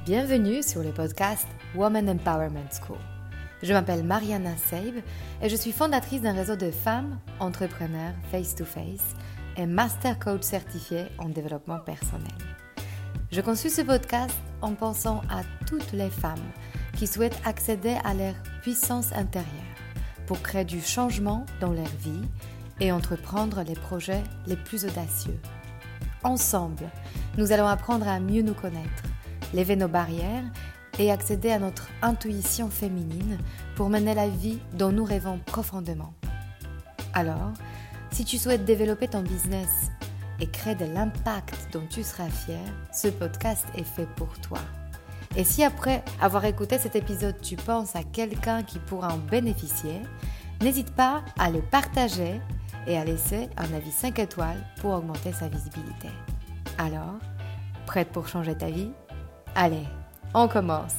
Bienvenue sur le podcast Women Empowerment School. Je m'appelle Mariana Seib et je suis fondatrice d'un réseau de femmes entrepreneurs face-to-face et master coach certifié en développement personnel. Je conçus ce podcast en pensant à toutes les femmes qui souhaitent accéder à leur puissance intérieure pour créer du changement dans leur vie et entreprendre les projets les plus audacieux. Ensemble, nous allons apprendre à mieux nous connaître, lever nos barrières et accéder à notre intuition féminine pour mener la vie dont nous rêvons profondément. Alors, si tu souhaites développer ton business et créer de l'impact dont tu seras fier, ce podcast est fait pour toi. Et si après avoir écouté cet épisode, tu penses à quelqu'un qui pourra en bénéficier, n'hésite pas à le partager et à laisser un avis 5 étoiles pour augmenter sa visibilité. Alors, prête pour changer ta vie ? Allez, on commence.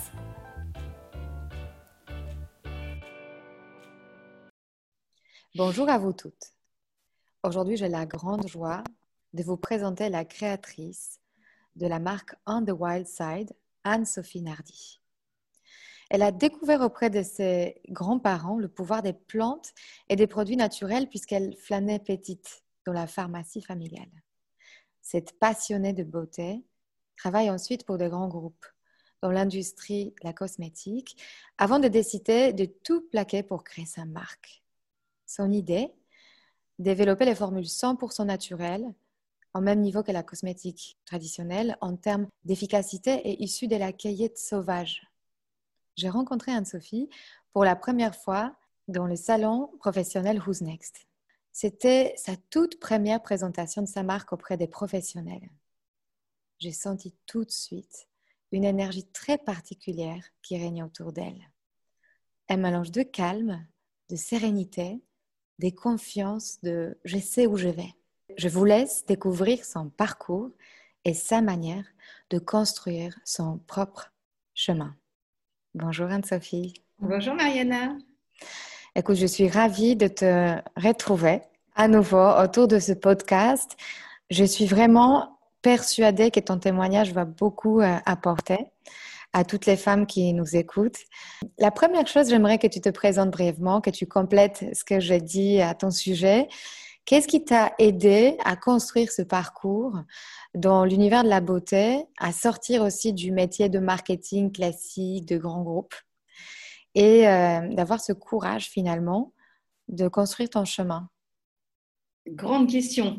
Bonjour à vous toutes. Aujourd'hui, j'ai la grande joie de vous présenter la créatrice de la marque On the Wild Side, Anne-Sophie Nardi. Elle a découvert auprès de ses grands-parents le pouvoir des plantes et des produits naturels puisqu'elle flânait petite dans la pharmacie familiale. Cette passionnée de beauté travaille ensuite pour de grands groupes dans l'industrie de la cosmétique avant de décider de tout plaquer pour créer sa marque. Son idée, développer les formules 100% naturelles au même niveau que la cosmétique traditionnelle en termes d'efficacité et issue de la cueillette sauvage. J'ai rencontré Anne-Sophie pour la première fois dans le salon professionnel Who's Next. C'était sa toute première présentation de sa marque auprès des professionnels. J'ai senti tout de suite une énergie très particulière qui règne autour d'elle. Un mélange de calme, de sérénité, de confiance, de « je sais où je vais ». Je vous laisse découvrir son parcours et sa manière de construire son propre chemin. Bonjour Anne-Sophie. Bonjour Mariana. Écoute, je suis ravie de te retrouver à nouveau autour de ce podcast. Je suis vraiment persuadée que ton témoignage va beaucoup apporter à toutes les femmes qui nous écoutent. La première chose, j'aimerais que tu te présentes brièvement, que tu complètes ce que j'ai dit à ton sujet. Qu'est-ce qui t'a aidé à construire ce parcours dans l'univers de la beauté, à sortir aussi du métier de marketing classique, de grands groupes et d'avoir ce courage finalement de construire ton chemin? Grande question.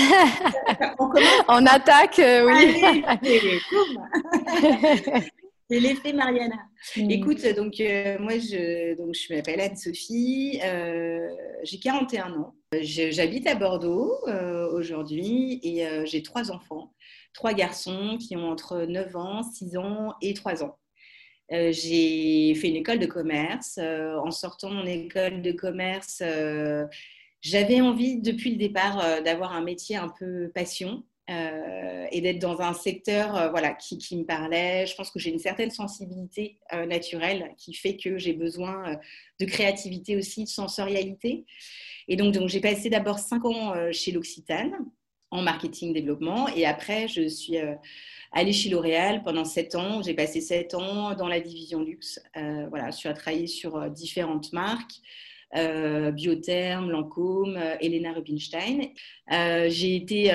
On attaque, oui. Allez, c'est l'effet Mariana. Écoute, donc moi je m'appelle Anne-Sophie, j'ai 41 ans. J'habite à Bordeaux aujourd'hui et j'ai 3 enfants, 3 garçons qui ont entre 9 ans, 6 ans et 3 ans. J'ai fait une école de commerce. En sortant de mon école de commerce, j'avais envie depuis le départ d'avoir un métier un peu passion et d'être dans un secteur qui me parlait. Je pense que j'ai une certaine sensibilité naturelle qui fait que j'ai besoin de créativité aussi, de sensorialité. Et donc j'ai passé d'abord 5 ans chez L'Occitane en marketing développement et après je suis allée chez L'Oréal pendant 7 ans. J'ai passé 7 ans dans la division luxe. Je suis à travailler sur différentes marques. Biotherm, Lancôme, Helena Rubinstein. J'ai été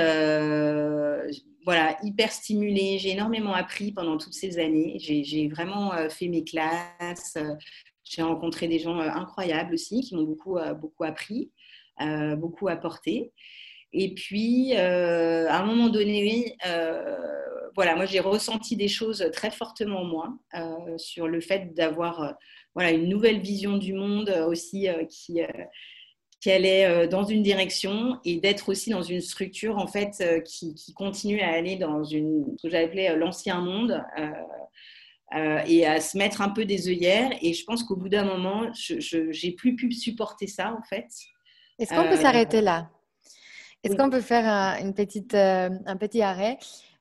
hyper stimulée, j'ai énormément appris pendant toutes ces années. J'ai vraiment fait mes classes. J'ai rencontré des gens incroyables aussi qui m'ont beaucoup appris, beaucoup apporté. Et puis, à un moment donné, moi, j'ai ressenti des choses très fortement en moi sur le fait d'avoir une nouvelle vision du monde aussi qui allait dans une direction et d'être aussi dans une structure en fait qui continue à aller dans ce que j'appelais l'ancien monde et à se mettre un peu des œillères. Et je pense qu'au bout d'un moment, j'ai plus pu supporter ça en fait. Est-ce qu'on peut s'arrêter là? Est-ce Oui. qu'on peut faire un petit arrêt?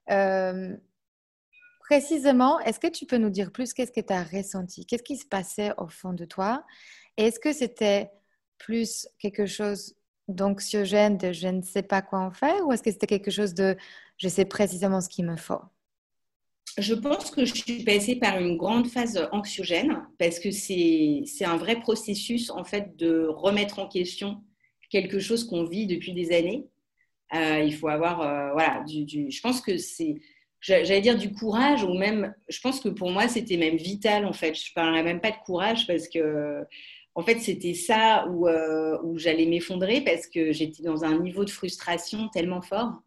Précisément, est-ce que tu peux nous dire plus qu'est-ce que tu as ressenti? Qu'est-ce qui se passait au fond de toi? Et est-ce que c'était plus quelque chose d'anxiogène, de je ne sais pas quoi en faire, ou est-ce que c'était quelque chose de je sais précisément ce qu'il me faut? Je pense que je suis passée par une grande phase anxiogène parce que c'est un vrai processus en fait de remettre en question quelque chose qu'on vit depuis des années. Il faut avoir voilà je pense que j'allais dire du courage ou même je pense que pour moi c'était même vital en fait. Je parlerais même pas de courage parce que en fait c'était ça où j'allais m'effondrer parce que j'étais dans un niveau de frustration tellement fort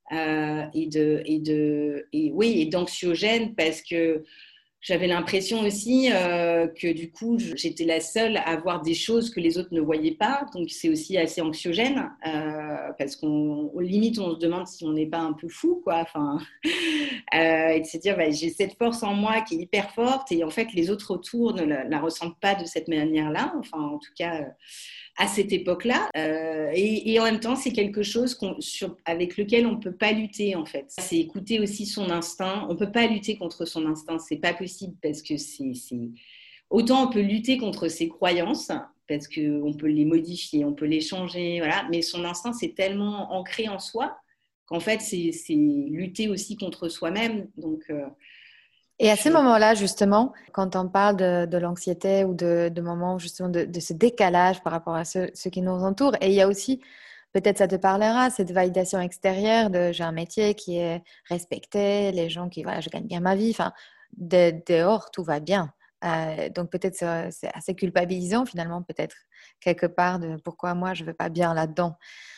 et d'anxiogène parce que j'avais l'impression aussi que du coup, j'étais la seule à voir des choses que les autres ne voyaient pas. Donc, c'est aussi assez anxiogène parce qu'on limite, on se demande si on n'est pas un peu fou, quoi. Enfin, et de se dire, bah, j'ai cette force en moi qui est hyper forte et en fait, les autres autour ne la ressentent pas de cette manière-là. Enfin, en tout cas, à cette époque-là. Et en même temps, c'est quelque chose avec lequel on ne peut pas lutter, en fait. C'est écouter aussi son instinct. On ne peut pas lutter contre son instinct. C'est pas possible parce que autant on peut lutter contre ses croyances parce qu'on peut les modifier, on peut les changer, voilà. Mais son instinct, c'est tellement ancré en soi qu'en fait, c'est lutter aussi contre soi-même. Donc, Et à ces moments-là, justement, quand on parle de l'anxiété ou de moments justement de ce décalage par rapport à ceux qui nous entourent, et il y a aussi, peut-être ça te parlera, cette validation extérieure de j'ai un métier qui est respecté, les gens qui, voilà, je gagne bien ma vie, enfin, dehors, tout va bien. Donc peut-être c'est assez culpabilisant finalement, peut-être quelque part de pourquoi moi je ne vais pas bien là-dedans.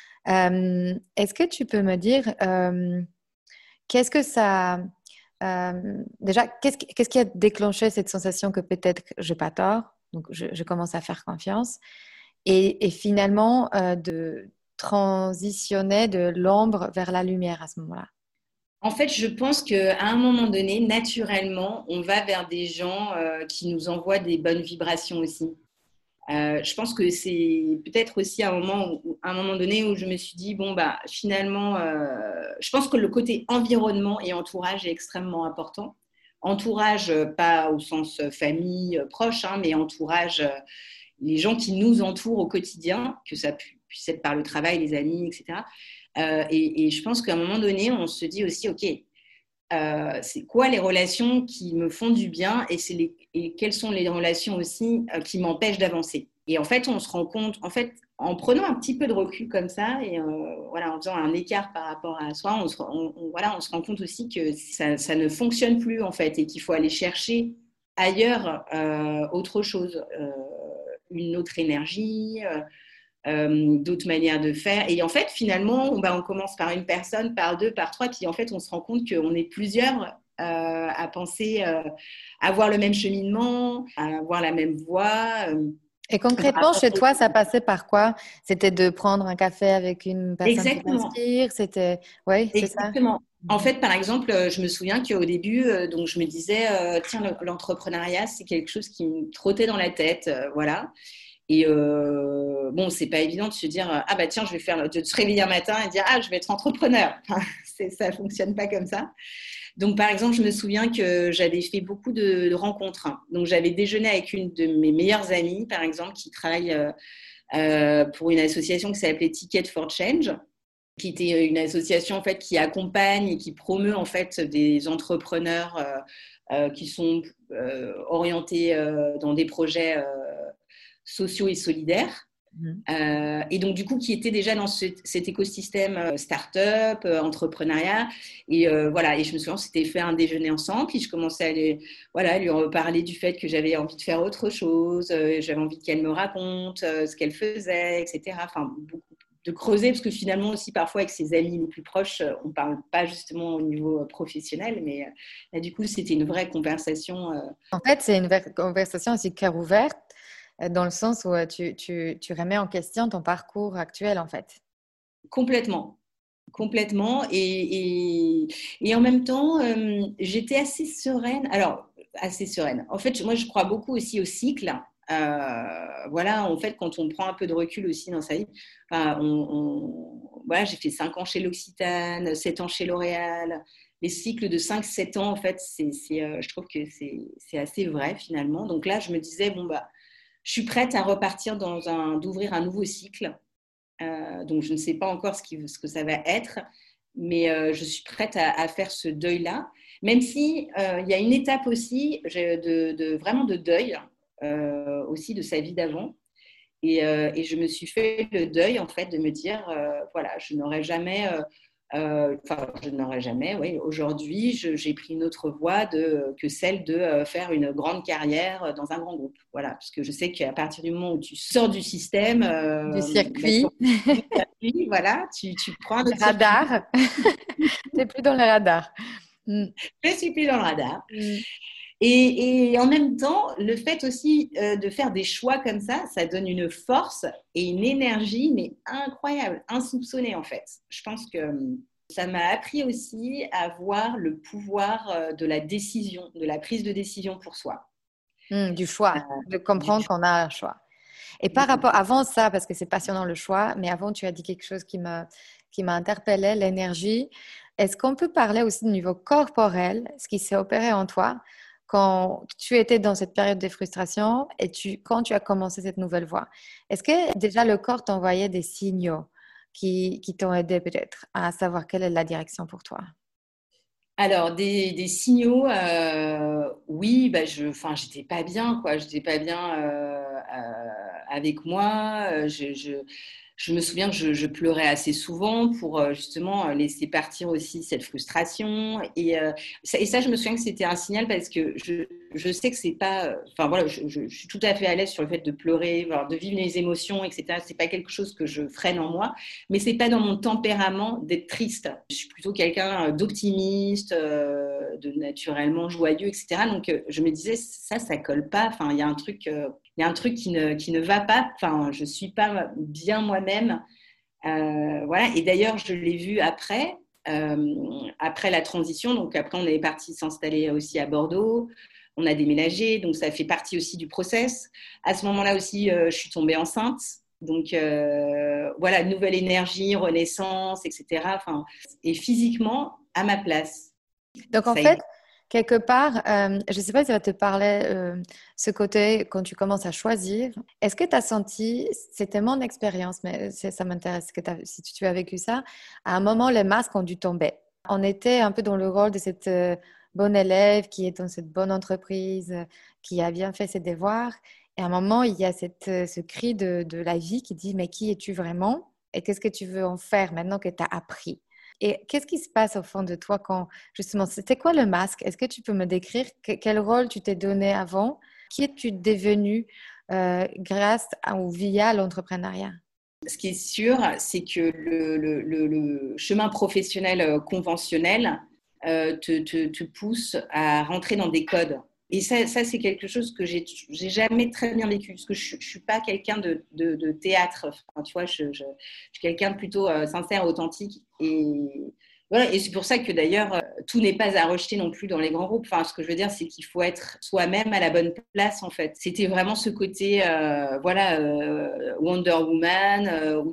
Est-ce que tu peux me dire qu'est-ce que ça... déjà, qu'est-ce qui a déclenché cette sensation que peut-être je n'ai pas tort, donc je commence à faire confiance, et finalement de transitionner de l'ombre vers la lumière à ce moment-là. en fait, je pense qu'à un moment donné, naturellement, on va vers des gens qui nous envoient des bonnes vibrations aussi. Je pense que c'est peut-être aussi un moment donné où je me suis dit, bon, bah, finalement, je pense que le côté environnement et entourage est extrêmement important. Entourage, pas au sens famille, proche, hein, mais entourage, les gens qui nous entourent au quotidien, que ça puisse être par le travail, les amis, etc. Et je pense qu'à un moment donné, on se dit aussi, OK, c'est quoi les relations qui me font du bien et quelles sont les relations aussi qui m'empêchent d'avancer. Et en fait, on se rend compte, en fait, en prenant un petit peu de recul comme ça et voilà, en faisant un écart par rapport à soi, voilà, on se rend compte aussi que ça ne fonctionne plus en fait et qu'il faut aller chercher ailleurs autre chose, une autre énergie. D'autres manières de faire. Et en fait, finalement, on commence par une personne, par deux, par trois, puis en fait, on se rend compte qu'on est plusieurs à penser, à avoir le même cheminement, à avoir la même voie. Et concrètement, chez toi, ça passait par quoi? C'était de prendre un café avec une personne qui Exactement. t'inspire? C'était... Oui, c'est ça? Exactement. En fait, par exemple, je me souviens qu'au début, donc je me disais, tiens, l'entrepreneuriat, c'est quelque chose qui me trottait dans la tête, voilà. Et bon, c'est pas évident de se dire ah bah tiens, de se réveiller un matin et dire ah je vais être entrepreneur. Enfin, ça fonctionne pas comme ça. Donc par exemple, je me souviens que j'avais fait beaucoup de rencontres. Donc j'avais déjeuné avec une de mes meilleures amies, par exemple, qui travaille pour une association qui s'appelait Ticket for Change, qui était une association en fait qui accompagne et qui promeut en fait des entrepreneurs qui sont orientés dans des projets sociaux et solidaires. Mhm. Et donc, du coup, qui était déjà dans cet écosystème start-up, entrepreneuriat. Et voilà, et je me souviens, on s'était fait un déjeuner ensemble. Puis je commençais à lui reparler du fait que j'avais envie de faire autre chose. J'avais envie qu'elle me raconte ce qu'elle faisait, etc. Enfin, beaucoup de creuser, parce que finalement aussi, parfois, avec ses amis les plus proches, on ne parle pas justement au niveau professionnel. Mais là, du coup, c'était une vraie conversation. En fait, c'est une conversation aussi cœur ouvert, dans le sens où tu remets en question ton parcours actuel, en fait. Complètement. Complètement. Et en même temps, j'étais assez sereine. Alors, assez sereine. En fait, moi, je crois beaucoup aussi au cycle. Voilà, en fait, quand on prend un peu de recul aussi dans sa vie, enfin, voilà, j'ai fait 5 ans chez l'Occitane, 7 ans chez L'Oréal. Les cycles de 5-7 ans, en fait, je trouve que c'est assez vrai finalement. Donc là, je me disais, bon, bah, je suis prête à repartir d'ouvrir un nouveau cycle. Donc, je ne sais pas encore ce que ça va être, mais je suis prête à faire ce deuil-là. Même si il y a une étape aussi vraiment de deuil aussi de sa vie d'avant. Et je me suis fait le deuil, en fait, de me dire, voilà, je n'aurais jamais, oui, aujourd'hui, j'ai pris une autre voie que celle de faire une grande carrière dans un grand groupe. Voilà, parce que je sais qu'à partir du moment où tu sors du système, Du ben, circuit, du circuit, voilà, tu prends un du autre circuit. radar. Tu n'es plus dans le radar. Mm. Je suis plus dans le radar. Mm. Et en même temps, le fait aussi de faire des choix comme ça donne une force et une énergie, mais incroyable, insoupçonnée en fait. Je pense que ça m'a appris aussi à voir le pouvoir de la décision, de la prise de décision pour soi. Du choix, de Du comprendre qu'on a un choix. Et par rapport, avant ça, parce que c'est passionnant le choix, mais avant, tu as dit quelque chose qui m'a interpellée, l'énergie. Est-ce qu'on peut parler aussi du niveau corporel, ce qui s'est opéré en toi quand tu étais dans cette période de frustration et quand tu as commencé cette nouvelle voie? Est-ce que déjà le corps t'envoyait des signaux qui t'ont aidé peut-être à savoir quelle est la direction pour toi? Alors, des signaux, oui, bah, j'étais pas bien, quoi. J'étais pas bien avec moi. Je me souviens que je pleurais assez souvent pour justement laisser partir aussi cette frustration. Et ça, je me souviens que c'était un signal parce que je sais que c'est pas. Enfin, voilà, je suis tout à fait à l'aise sur le fait de pleurer, voilà, de vivre les émotions, etc. C'est pas quelque chose que je freine en moi, mais c'est pas dans mon tempérament d'être triste. Je suis plutôt quelqu'un d'optimiste, de naturellement joyeux, etc. Donc, je me disais, ça colle pas. Enfin, il y a un truc qui ne va pas. Enfin, je suis pas bien moi-même. Voilà. Et d'ailleurs, je l'ai vu après la transition. Donc, après, on est parti s'installer aussi à Bordeaux. On a déménagé, donc ça fait partie aussi du process. À ce moment-là aussi, je suis tombée enceinte. Donc voilà, nouvelle énergie, renaissance, etc. Enfin, et physiquement, à ma place. Donc, en Ça a fait, été. quelque part, je ne sais pas si ça va te parler, ce côté quand tu commences à choisir. Est-ce que tu as senti, c'était mon expérience, mais ça m'intéresse si tu as vécu ça, à un moment, les masques ont dû tomber. On était un peu dans le rôle de cette bonne élève qui est dans cette bonne entreprise, qui a bien fait ses devoirs. Et à un moment, il y a ce cri de la vie qui dit, mais qui es-tu vraiment? Et qu'est-ce que tu veux en faire maintenant que tu as appris? Et qu'est-ce qui se passe au fond de toi quand, justement, c'était quoi le masque? Est-ce que tu peux me décrire quel rôle tu t'es donné avant? Qui es-tu devenu ou via l'entrepreneuriat? Ce qui est sûr, c'est que le chemin professionnel conventionnel te pousse à rentrer dans des codes. Et ça c'est quelque chose que j'ai jamais très bien vécu, parce que je suis pas quelqu'un de théâtre. Enfin, tu vois, je suis quelqu'un de plutôt sincère, authentique. Et voilà, et c'est pour ça que d'ailleurs, tout n'est pas à rejeter non plus dans les grands groupes. Enfin, ce que je veux dire, c'est qu'il faut être soi-même à la bonne place, en fait. C'était vraiment ce côté, voilà, Wonder Woman,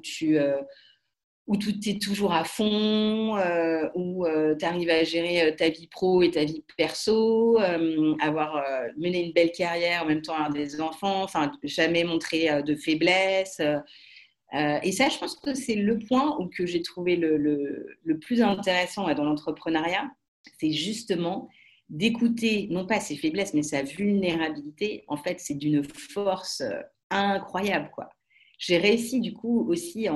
où tout est toujours à fond, où tu arrives à gérer ta vie pro et ta vie perso, avoir mené une belle carrière, en même temps avoir des enfants, enfin, jamais montrer de faiblesse. Et ça, je pense que c'est le point où que j'ai trouvé le plus intéressant dans l'entrepreneuriat, c'est justement d'écouter, non pas ses faiblesses, mais sa vulnérabilité. En fait, c'est d'une force incroyable, quoi. J'ai réussi, du coup, aussi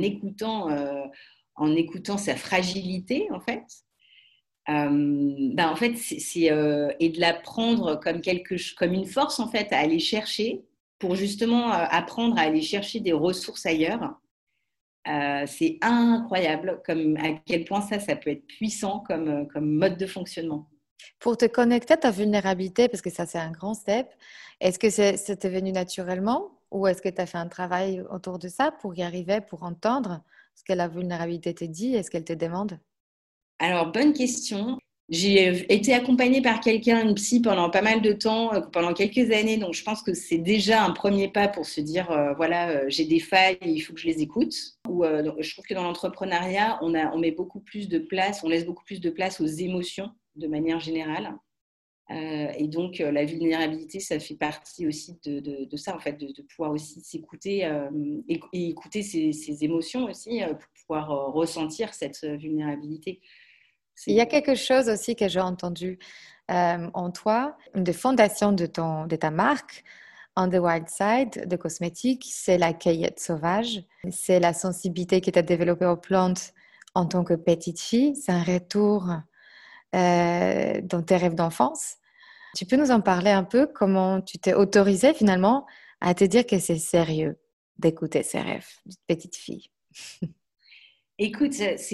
en écoutant sa fragilité, en fait. En fait, et de la prendre comme une force, en fait, à aller chercher pour justement apprendre à aller chercher des ressources ailleurs. C'est incroyable à quel point ça peut être puissant comme mode de fonctionnement. Pour te connecter à ta vulnérabilité, parce que ça, c'est un grand step, est-ce que c'était venu naturellement ou est-ce que tu as fait un travail autour de ça pour y arriver, pour entendre ce que la vulnérabilité te dit et ce qu'elle te demande? Alors, bonne question. J'ai été accompagnée par quelqu'un, une psy, pendant pas mal de temps, pendant quelques années. Donc, je pense que c'est déjà un premier pas pour se dire, voilà, j'ai des failles, il faut que je les écoute. Donc, je trouve que dans l'entrepreneuriat, on met beaucoup plus de place, on laisse beaucoup plus de place aux émotions de manière générale. Et donc, la vulnérabilité, ça fait partie aussi de ça, en fait, de pouvoir aussi s'écouter et écouter ses émotions aussi pour pouvoir ressentir cette vulnérabilité. Il y a quelque chose aussi que j'ai entendu en toi, une des fondations de ta marque, On the Wild Side, de cosmétiques, c'est la cueillette sauvage. C'est la sensibilité que tu as développée aux plantes en tant que petite fille. C'est un retour dans tes rêves d'enfance. Tu peux nous en parler un peu, comment tu t'es autorisée finalement à te dire que c'est sérieux d'écouter ses rêves de petite fille? Écoute,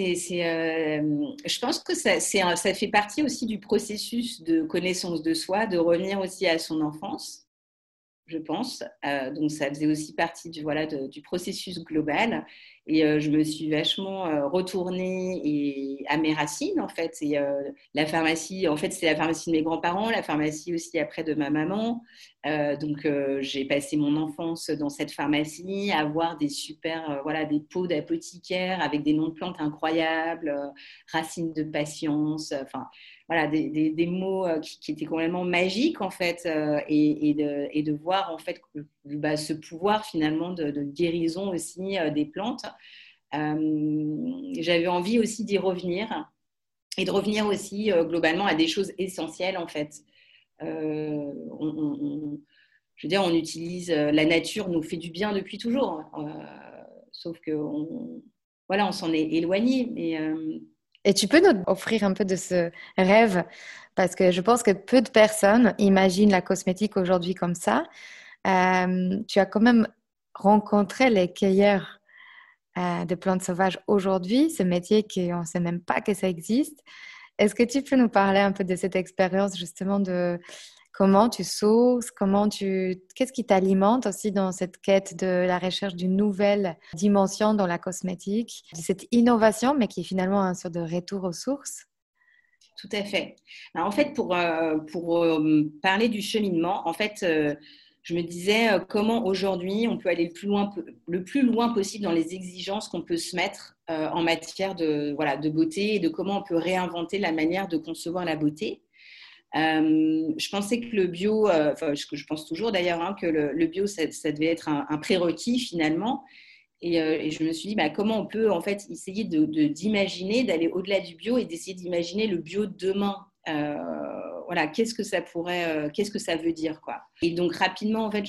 je pense que ça fait partie aussi du processus de connaissance de soi, de revenir aussi à son enfance, je pense. Donc, ça faisait aussi partie du processus global. Et je me suis vachement retournée à mes racines, en fait. Et la pharmacie, en fait, c'est la pharmacie de mes grands-parents, la pharmacie aussi après de ma maman. Donc, j'ai passé mon enfance dans cette pharmacie, à voir des super, des pots d'apothicaires avec des noms de plantes incroyables, racines de patience, enfin, voilà, des mots qui étaient complètement magiques, en fait, et de voir, en fait, ce pouvoir, finalement, de guérison aussi des plantes. J'avais envie aussi d'y revenir et de revenir aussi globalement à des choses essentielles, en fait. Je veux dire, on utilise la nature, nous fait du bien depuis toujours, sauf que on s'en est éloigné. Et tu peux nous offrir un peu de ce rêve, parce que je pense que peu de personnes imaginent la cosmétique aujourd'hui comme ça. Tu as quand même rencontré les cueilleurs de plantes sauvages aujourd'hui, ce métier qu'on ne sait même pas que ça existe. Est-ce que tu peux nous parler un peu de cette expérience justement de comment tu sources, qu'est-ce qui t'alimente aussi dans cette quête de la recherche d'une nouvelle dimension dans la cosmétique, de cette innovation, mais qui est finalement un sorte de retour aux sources? Tout à fait. Alors, en fait, pour parler du cheminement, en fait, je me disais comment aujourd'hui on peut aller le plus loin possible dans les exigences qu'on peut se mettre en matière de beauté et de comment on peut réinventer la manière de concevoir la beauté. Je pensais que le bio, je pense toujours d'ailleurs, hein, que le bio, ça devait être un prérequis finalement. Et je me suis dit, comment on peut en fait essayer d'imaginer, d'aller au-delà du bio et d'essayer d'imaginer le bio de demain. Qu'est-ce que ça qu'est-ce que ça veut dire, quoi. Et donc rapidement, en fait,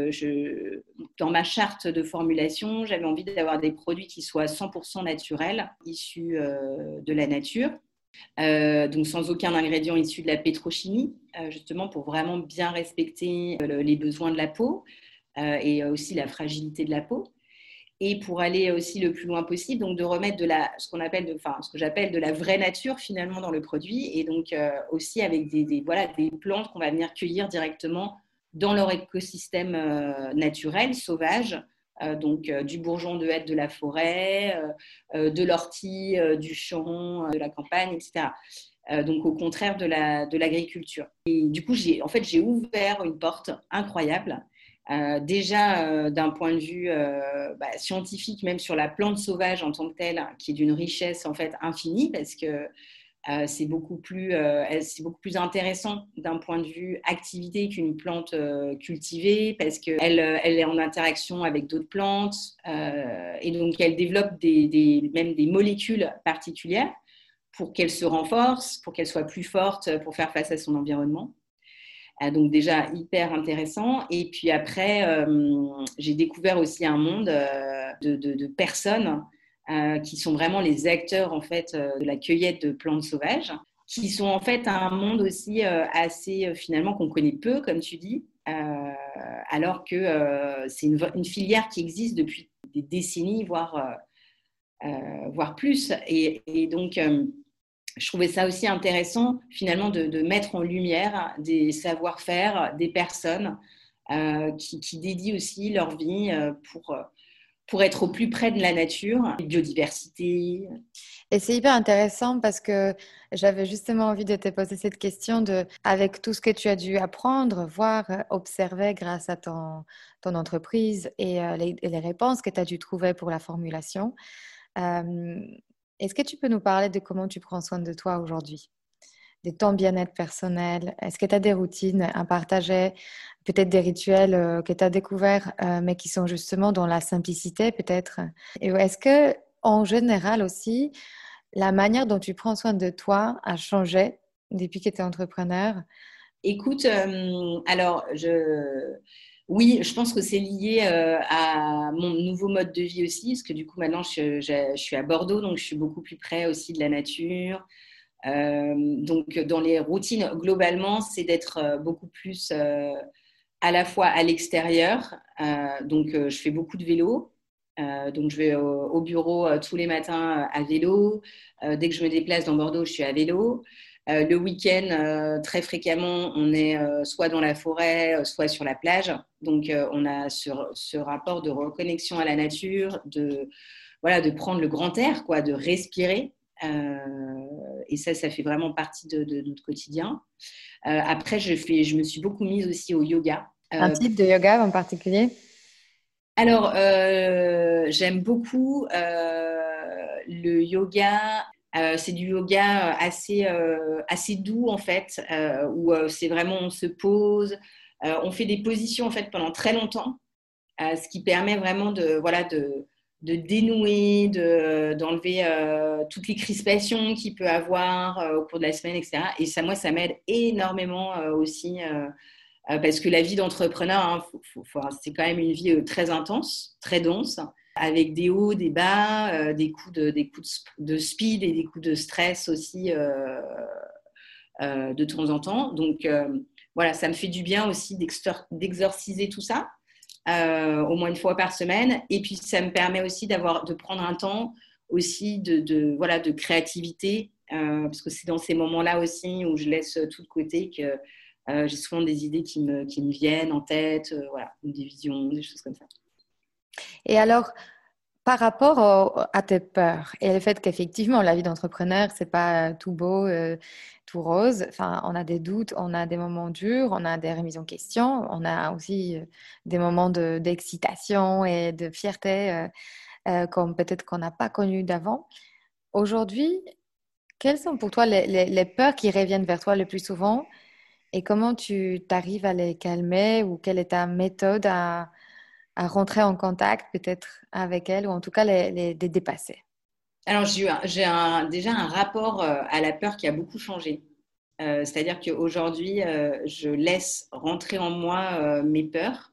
dans ma charte de formulation, j'avais envie d'avoir des produits qui soient 100% naturels, issus de la nature. Donc sans aucun ingrédient issu de la pétrochimie, justement pour vraiment bien respecter les besoins de la peau et aussi la fragilité de la peau. Et pour aller aussi le plus loin possible, donc de remettre ce que j'appelle de la vraie nature finalement dans le produit, et donc aussi avec des plantes qu'on va venir cueillir directement dans leur écosystème naturel, sauvage, du bourgeon de hêtre de la forêt, de l'ortie, du champ, de la campagne, etc. Donc au contraire de l'agriculture. Et du coup, j'ai ouvert une porte incroyable. Déjà d'un point de vue scientifique, même sur la plante sauvage en tant que telle, qui est d'une richesse en fait infinie, parce que c'est beaucoup plus intéressant d'un point de vue activité qu'une plante cultivée, parce qu'elle elle est en interaction avec d'autres plantes, et donc elle développe même des molécules particulières pour qu'elle se renforce, pour qu'elle soit plus forte, pour faire face à son environnement. Donc déjà hyper intéressant. Et puis après, j'ai découvert aussi un monde de personnes qui sont vraiment les acteurs en fait de la cueillette de plantes sauvages, qui sont en fait un monde aussi assez finalement qu'on connaît peu, comme tu dis, alors que c'est une filière qui existe depuis des décennies, voire plus. Et donc je trouvais ça aussi intéressant finalement de mettre en lumière des savoir-faire, des personnes qui dédient aussi leur vie pour être au plus près de la nature, biodiversité. Et c'est hyper intéressant parce que j'avais justement envie de te poser cette question avec tout ce que tu as dû apprendre, voir, observer grâce à ton entreprise et les réponses que tu as dû trouver pour la formulation. Euh, Est-ce que tu peux nous parler de comment tu prends soin de toi aujourd'hui, de ton bien-être personnel? Est-ce que tu as des routines à partager, peut-être des rituels que tu as découverts, mais qui sont justement dans la simplicité peut-être? Et est-ce que, en général aussi, la manière dont tu prends soin de toi a changé depuis que tu es entrepreneur? Écoute, oui, je pense que c'est lié à mon nouveau mode de vie aussi, parce que du coup, maintenant, je suis à Bordeaux, donc je suis beaucoup plus près aussi de la nature. Donc, dans les routines, globalement, c'est d'être beaucoup plus à la fois à l'extérieur. Je fais beaucoup de vélo. Donc, je vais au bureau tous les matins à vélo. Dès que je me déplace dans Bordeaux, je suis à vélo. Le week-end, très fréquemment, on est soit dans la forêt, soit sur la plage. Donc, on a ce rapport de reconnexion à la nature, voilà, de prendre le grand air, quoi, de respirer. Et ça fait vraiment partie de notre quotidien. Après, je me suis beaucoup mise aussi au yoga. Un type de yoga en particulier? Alors, j'aime beaucoup le yoga. C'est du yoga assez doux en fait, où c'est vraiment on se pose, on fait des positions en fait pendant très longtemps, ce qui permet vraiment de dénouer, d'enlever toutes les crispations qu'il peut avoir au cours de la semaine, etc. Et ça, moi, ça m'aide énormément aussi. Parce que la vie d'entrepreneur, hein, c'est quand même une vie très intense, très dense, avec des hauts, des bas, des coups de speed et des coups de stress aussi de temps en temps. Donc voilà, ça me fait du bien aussi d'exorciser tout ça, au moins une fois par semaine. Et puis ça me permet aussi de prendre un temps aussi de créativité, parce que c'est dans ces moments-là aussi où je laisse tout de côté que j'ai souvent des idées qui me viennent en tête, voilà, des visions, des choses comme ça. Et alors, par rapport à tes peurs et le fait qu'effectivement, la vie d'entrepreneur, c'est pas tout beau, tout rose. Enfin, on a des doutes, on a des moments durs, on a des remises en question, on a aussi des moments d'excitation et de fierté, comme peut-être qu'on n'a pas connu d'avant. Aujourd'hui, quelles sont pour toi les peurs qui reviennent vers toi le plus souvent et comment tu t'arrives à les calmer ou quelle est ta méthode à rentrer en contact peut-être avec elles ou en tout cas les dépasser? Alors, déjà un rapport à la peur qui a beaucoup changé. C'est-à-dire qu'aujourd'hui, je laisse rentrer en moi mes peurs.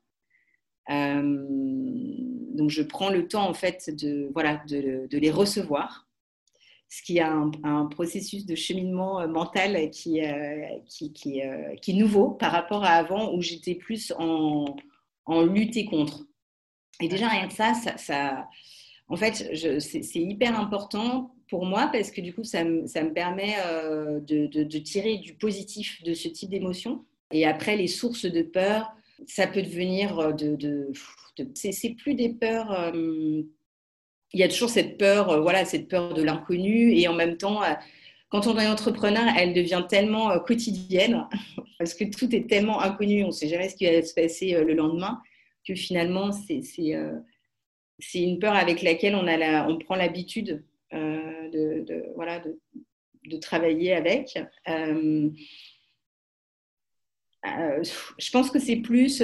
Donc, je prends le temps, en fait, de les recevoir, ce qui est un processus de cheminement mental qui est nouveau par rapport à avant, où j'étais plus en lutter contre. Et déjà, rien que ça en fait, c'est hyper important pour moi parce que du coup, ça me permet de tirer du positif de ce type d'émotion. Et après, les sources de peur, ça peut devenir c'est plus des peurs. Il y a toujours cette peur, voilà, cette peur de l'inconnu. Et en même temps, quand on est entrepreneur, elle devient tellement quotidienne parce que tout est tellement inconnu. On ne sait jamais ce qui va se passer le lendemain que finalement, c'est une peur avec laquelle on prend l'habitude voilà, de travailler avec. Je pense que c'est plus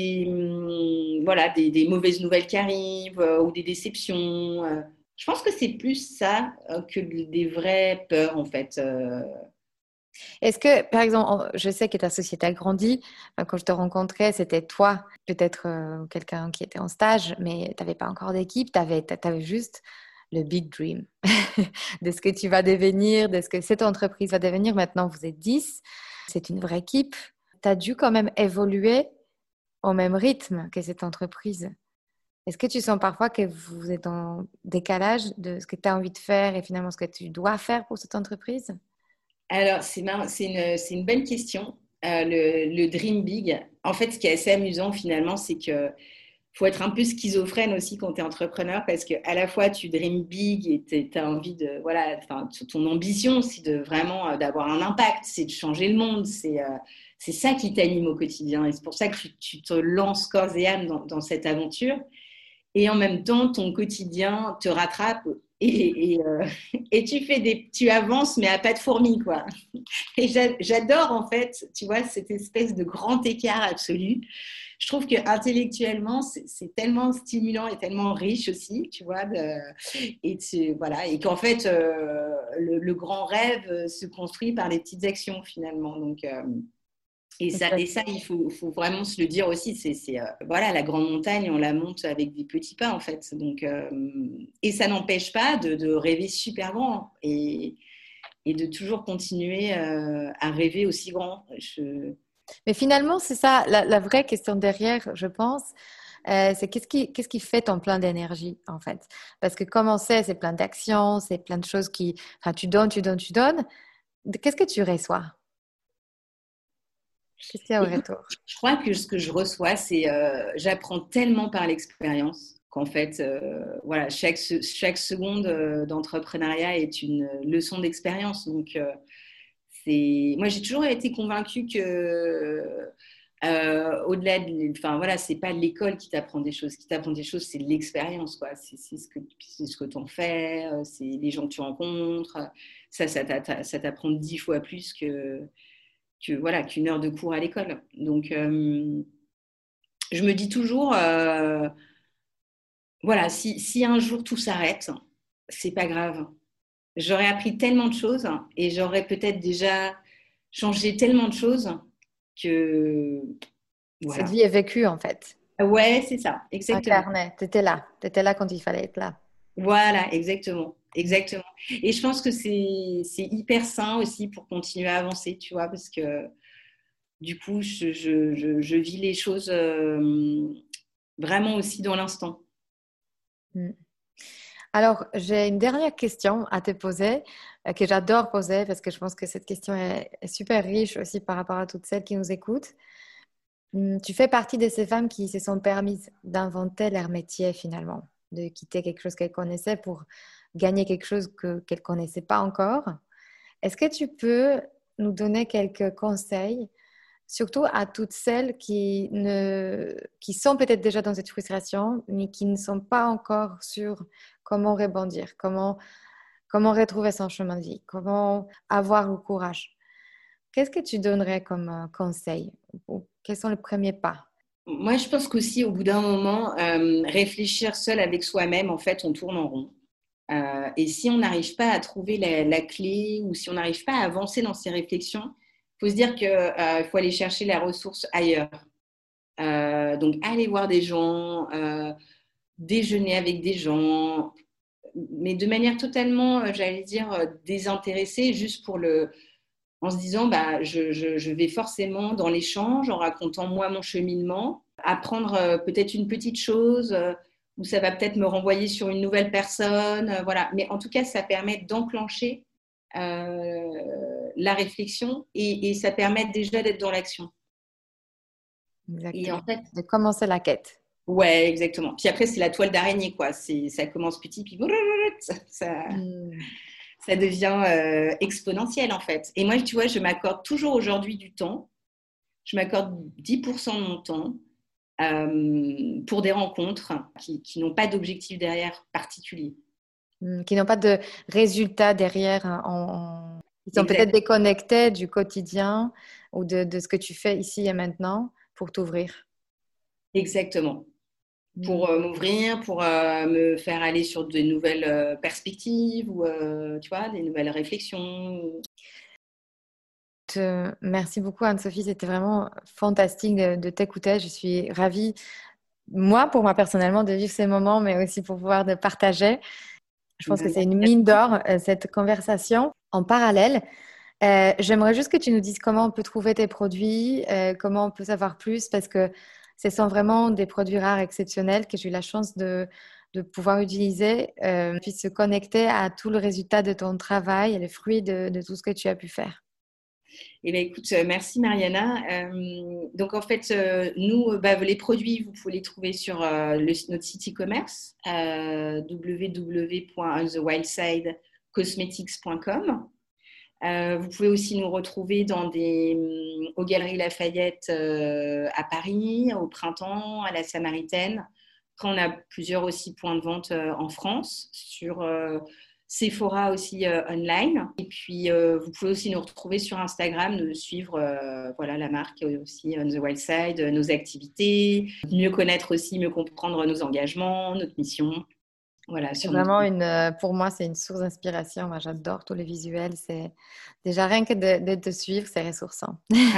des mauvaises nouvelles qui arrivent ou des déceptions. Je pense que c'est plus ça que des vraies peurs, en fait. Est-ce que, par exemple, je sais que ta société a grandi. Enfin, quand je te rencontrais, c'était toi, peut-être quelqu'un qui était en stage, mais tu n'avais pas encore d'équipe, tu avais juste le big dream de ce que tu vas devenir, de ce que cette entreprise va devenir. Maintenant, vous êtes 10, c'est une vraie équipe. Tu as dû quand même évoluer au même rythme que cette entreprise. Est-ce que tu sens parfois que vous êtes en décalage de ce que tu as envie de faire et finalement ce que tu dois faire pour cette entreprise? Alors, c'est une bonne question. Le Dream Big, en fait, ce qui est assez amusant finalement, c'est que faut être un peu schizophrène aussi quand tu es entrepreneur parce que à la fois tu dream big et tu as envie de voilà, enfin, ton ambition c'est de vraiment d'avoir un impact, c'est de changer le monde, c'est ça qui t'anime au quotidien et c'est pour ça que tu te lances corps et âme dans cette aventure et en même temps ton quotidien te rattrape et tu avances, mais à pas de fourmi, quoi. Et j'adore, en fait, tu vois, cette espèce de grand écart absolu. Je trouve que intellectuellement, c'est tellement stimulant et tellement riche aussi, tu vois. Voilà, et qu'en fait, le grand rêve se construit par les petites actions, finalement. Donc, et ça, il faut vraiment se le dire aussi. Voilà, la grande montagne, on la monte avec des petits pas, en fait. Donc, et ça n'empêche pas de rêver super grand et de toujours continuer à rêver aussi grand. Mais finalement, c'est ça, la vraie question derrière, je pense, c'est qu'est-ce qui fait ton plein d'énergie, en fait? Parce que comme on sait, c'est plein d'actions, c'est plein de choses qui... Enfin, tu donnes, tu donnes, tu donnes. Qu'est-ce que tu reçois? Qu'est-ce qu'il y a au Écoute, retour? je crois que ce que je reçois, c'est j'apprends tellement par l'expérience qu'en fait, voilà, chaque seconde d'entrepreneuriat est une leçon d'expérience. Donc, moi, j'ai toujours été convaincue que au-delà enfin voilà, c'est pas l'école qui t'apprend des choses. Qui t'apprend des choses, c'est l'expérience, quoi. C'est ce que tu en fais, c'est les gens que tu rencontres. Ça t'apprend 10 fois plus que voilà qu'une heure de cours à l'école. Donc, je me dis toujours, voilà, si un jour tout s'arrête, c'est pas grave. J'aurais appris tellement de choses et j'aurais peut-être déjà changé tellement de choses que Cette voilà. vie est vécue, en fait. Ouais, c'est ça, exactement. Incarnée. Tu étais là. Tu étais là quand il fallait être là. Voilà, exactement. Exactement. Et je pense que c'est hyper sain aussi pour continuer à avancer, tu vois, parce que du coup, je vis les choses vraiment aussi dans l'instant. Mm. Alors, j'ai une dernière question à te poser, que j'adore poser parce que je pense que cette question est super riche aussi par rapport à toutes celles qui nous écoutent. Tu fais partie de ces femmes qui se sont permises d'inventer leur métier finalement, de quitter quelque chose qu'elles connaissaient pour gagner quelque chose qu'elles ne connaissaient pas encore. Est-ce que tu peux nous donner quelques conseils, surtout à toutes celles qui sont peut-être déjà dans cette frustration, mais qui ne sont pas encore sûres comment rebondir, comment retrouver son chemin de vie, comment avoir le courage? Qu'est-ce que tu donnerais comme conseil? Ou quels sont les premiers pas? Moi, je pense qu'aussi, au bout d'un moment, réfléchir seul avec soi-même, en fait, on tourne en rond. Et si on n'arrive pas à trouver la clé ou si on n'arrive pas à avancer dans ces réflexions, il faut se dire qu'il faut aller chercher la ressource ailleurs. Donc, aller voir des gens, déjeuner avec des gens, mais de manière totalement, j'allais dire, désintéressée, juste en se disant, bah, je vais forcément dans l'échange, en racontant moi mon cheminement, apprendre peut-être une petite chose, où ça va peut-être me renvoyer sur une nouvelle personne, voilà. Mais en tout cas, ça permet d'enclencher la réflexion et ça permet déjà d'être dans l'action. Et en Exactement. fait, De commencer la quête. ouais, exactement. Puis après, c'est la toile d'araignée, quoi. Ça commence petit, puis ça, Hmm. ça devient exponentiel, en fait. Et moi, tu vois, je m'accorde toujours aujourd'hui du temps. Je m'accorde 10% de mon temps pour des rencontres qui n'ont pas d'objectif derrière particulier. Qui n'ont pas de résultats derrière. Ils sont peut-être Exact, déconnectés du quotidien ou de ce que tu fais ici et maintenant pour t'ouvrir. exactement. Hmm. Pour m'ouvrir, pour me faire aller sur de nouvelles perspectives ou, tu vois, des nouvelles réflexions. Merci beaucoup Anne-Sophie, c'était vraiment fantastique de t'écouter. Je suis ravie, moi, pour moi personnellement, de vivre ces moments, mais aussi pour pouvoir de partager. Je pense que c'est une mine d'or, cette conversation. En parallèle, j'aimerais juste que tu nous dises comment on peut trouver tes produits, comment on peut savoir plus, parce que ce sont vraiment des produits rares, exceptionnels, que j'ai eu la chance de pouvoir utiliser, puis se connecter à tout le résultat de ton travail et les fruits de tout ce que tu as pu faire. Eh bien, écoute, merci Mariana. Donc, en fait, nous, bah, les produits, vous pouvez les trouver sur notre site e-commerce, www.onthewildside.cosmetics.com. Vous pouvez aussi nous retrouver aux Galeries Lafayette à Paris, au Printemps, à la Samaritaine, Après, on a plusieurs aussi points de vente en France, sur Sephora aussi online. Et puis, vous pouvez aussi nous retrouver sur Instagram, nous suivre voilà, la marque aussi On the Wild Side, nos activités, mieux connaître aussi, mieux comprendre nos engagements, notre mission. Voilà, C'est sur notre... vraiment pour moi, c'est une source d'inspiration. Moi, j'adore tous les visuels. C'est déjà rien que de te suivre, c'est ressourçant.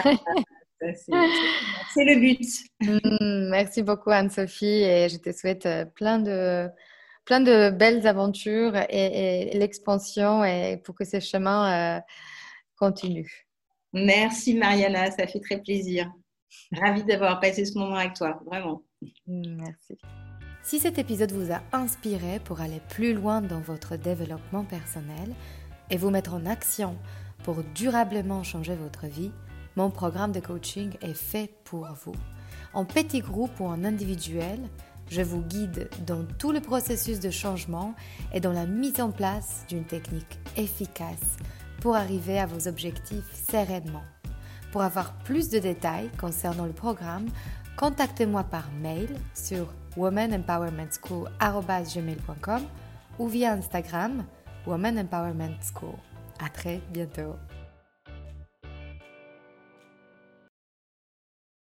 C'est le but. Merci beaucoup, Anne-Sophie, et je te souhaite plein de belles aventures et l'expansion et pour que ce chemin continue. Merci Mariana, ça fait très plaisir. Ravie d'avoir passé ce moment avec toi, vraiment. Merci. Si cet épisode vous a inspiré pour aller plus loin dans votre développement personnel et vous mettre en action pour durablement changer votre vie, mon programme de coaching est fait pour vous. En petit groupe ou en individuel, je vous guide dans tout le processus de changement et dans la mise en place d'une technique efficace pour arriver à vos objectifs sereinement. Pour avoir plus de détails concernant le programme, contactez-moi par mail sur womanempowermentschool@gmail.com ou via Instagram Woman Empowerment School. À très bientôt.